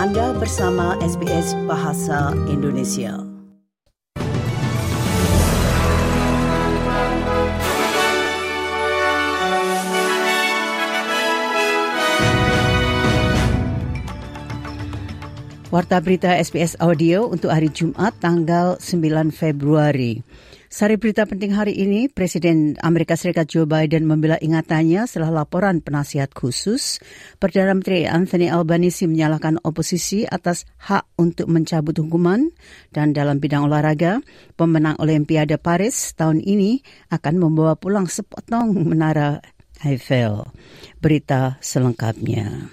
Anda bersama SBS Bahasa Indonesia. Warta berita SBS Audio untuk hari Jumat tanggal 9 Februari. Sari berita penting hari ini, Presiden Amerika Serikat Joe Biden membela ingatannya setelah laporan penasihat khusus. Perdana Menteri Anthony Albanese menyalahkan oposisi atas hak untuk mencabut hukuman. Dan dalam bidang olahraga, pemenang Olimpiade Paris tahun ini akan membawa pulang sepotong menara Eiffel. Berita selengkapnya.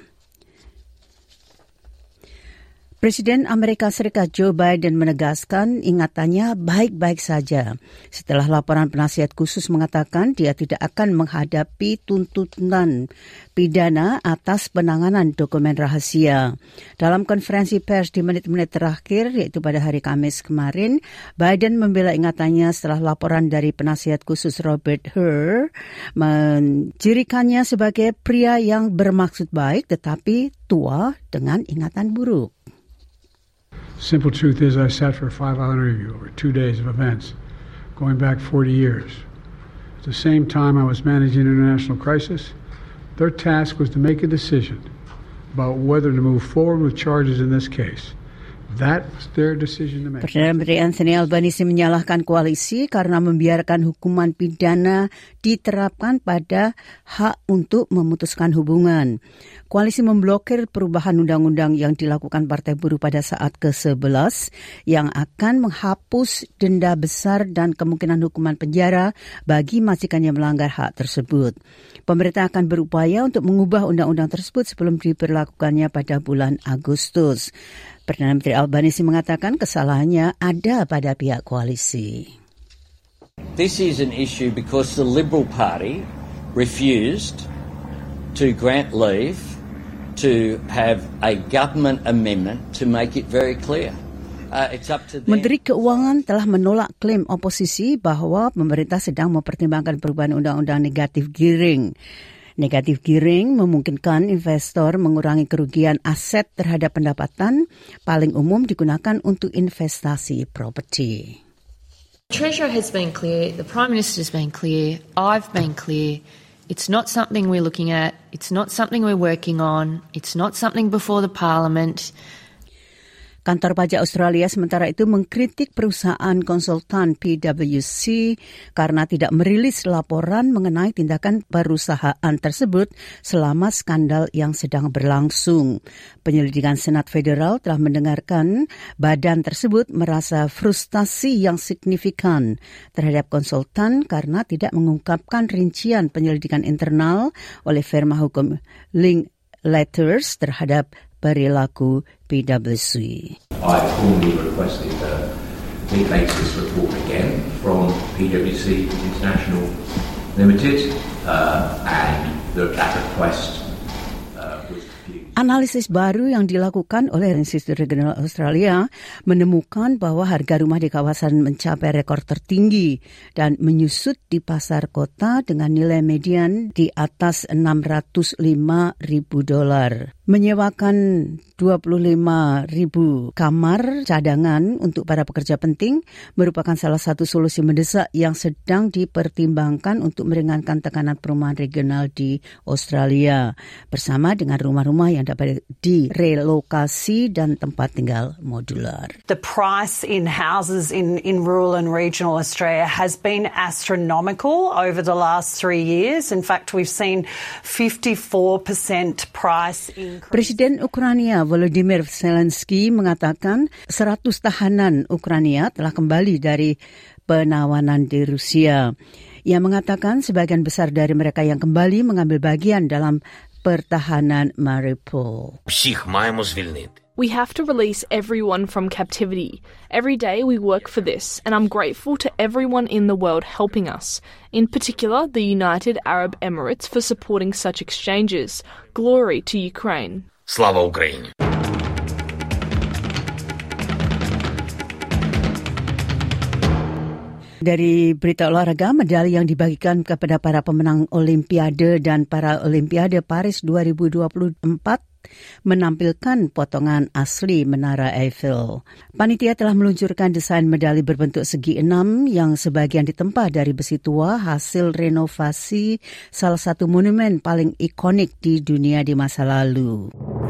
Presiden Amerika Serikat Joe Biden menegaskan ingatannya baik-baik saja setelah laporan penasihat khusus mengatakan dia tidak akan menghadapi tuntutan pidana atas penanganan dokumen rahasia. Dalam konferensi pers di menit-menit terakhir, yaitu pada hari Kamis kemarin, Biden membela ingatannya setelah laporan dari penasihat khusus Robert Hur mencirikannya sebagai pria yang bermaksud baik tetapi tua dengan ingatan buruk. Simple truth is I sat for a 5-hour interview over 2 days of events going back 40 years. At the same time I was managing an international crisis, their task was to make a decision about whether to move forward with charges in this case. That was their decision to make. Perdana Menteri Anthony Albanese menyalahkan koalisi karena membiarkan hukuman pidana diterapkan pada hak untuk memutuskan hubungan. Koalisi memblokir perubahan undang-undang yang dilakukan Partai Buruh pada saat ke-11 yang akan menghapus denda besar dan kemungkinan hukuman penjara bagi majikan yang melanggar hak tersebut. Pemerintah akan berupaya untuk mengubah undang-undang tersebut sebelum diberlakukannya pada bulan Agustus. Perdana Menteri Albanese mengatakan kesalahannya ada pada pihak koalisi. This is an issue because the Liberal Party refused to grant leave to have a government amendment to make it very clear. It's up to them. Menteri Keuangan telah menolak klaim oposisi bahwa pemerintah sedang mempertimbangkan perubahan undang-undang negatif gearing. Negatif gearing memungkinkan investor mengurangi kerugian aset terhadap pendapatan, paling umum digunakan untuk investasi properti. The Treasurer has been clear, the Prime Minister has been clear, I've been clear. It's not something we're looking at, it's not something we're working on, it's not something before the Parliament. Kantor pajak Australia sementara itu mengkritik perusahaan konsultan PwC karena tidak merilis laporan mengenai tindakan perusahaan tersebut selama skandal yang sedang berlangsung. Penyelidikan Senat Federal telah mendengarkan badan tersebut merasa frustasi yang signifikan terhadap konsultan karena tidak mengungkapkan rincian penyelidikan internal oleh firma hukum Linklaters terhadap perilaku PwC. I formally requested the latest report again from PwC International Limited, and that request was refused. Analisis baru yang dilakukan oleh Institut Regional Australia menemukan bahwa harga rumah di kawasan mencapai rekor tertinggi dan menyusut di pasar kota dengan nilai median di atas $605,000. Menyewakan 25,000 kamar cadangan untuk para pekerja penting merupakan salah satu solusi mendesak yang sedang dipertimbangkan untuk meringankan tekanan perumahan regional di Australia bersama dengan rumah-rumah yang dapat direlokasi dan tempat tinggal modular. The price in houses in rural and regional Australia has been astronomical over the last 3 years. In fact, we've seen 54% price increase. Presiden Ukraina Volodymyr Zelensky mengatakan 100 tahanan Ukraina telah kembali dari penawanan di Rusia. Ia mengatakan sebagian besar dari mereka yang kembali mengambil bagian dalam pertahanan Mariupol. We have to release everyone from captivity. Every day we work for this, and I'm grateful to everyone in the world helping us, in particular the United Arab Emirates for supporting such exchanges. Glory to Ukraine. Slava Ukraini. Dari berita olahraga, medali yang dibagikan kepada para pemenang Olimpiade dan para Olimpiade Paris 2024 menampilkan potongan asli Menara Eiffel. Panitia telah meluncurkan desain medali berbentuk segi 6 yang sebagian ditempa dari besi tua hasil renovasi salah satu monumen paling ikonik di dunia di masa lalu.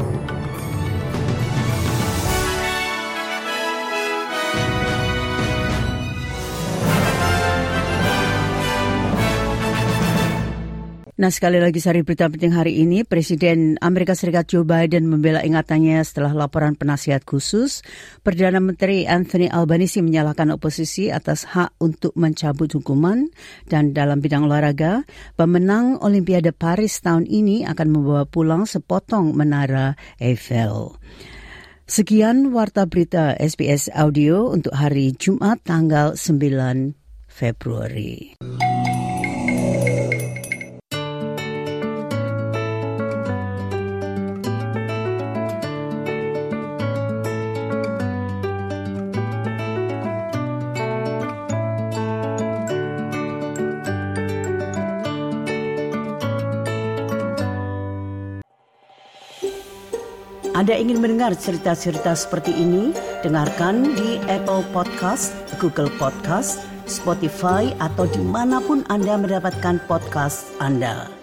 Nah, sekali lagi sari berita penting hari ini, Presiden Amerika Serikat Joe Biden membela ingatannya setelah laporan penasihat khusus. Perdana Menteri Anthony Albanese menyalahkan oposisi atas hak untuk mencabut hukuman. Dan dalam bidang olahraga, pemenang Olimpiade Paris tahun ini akan membawa pulang sepotong Menara Eiffel. Sekian Warta Berita SBS Audio untuk hari Jumat tanggal 9 Februari. Anda ingin mendengar cerita-cerita seperti ini? Dengarkan di Apple Podcast, Google Podcast, Spotify, atau dimanapun Anda mendapatkan podcast Anda.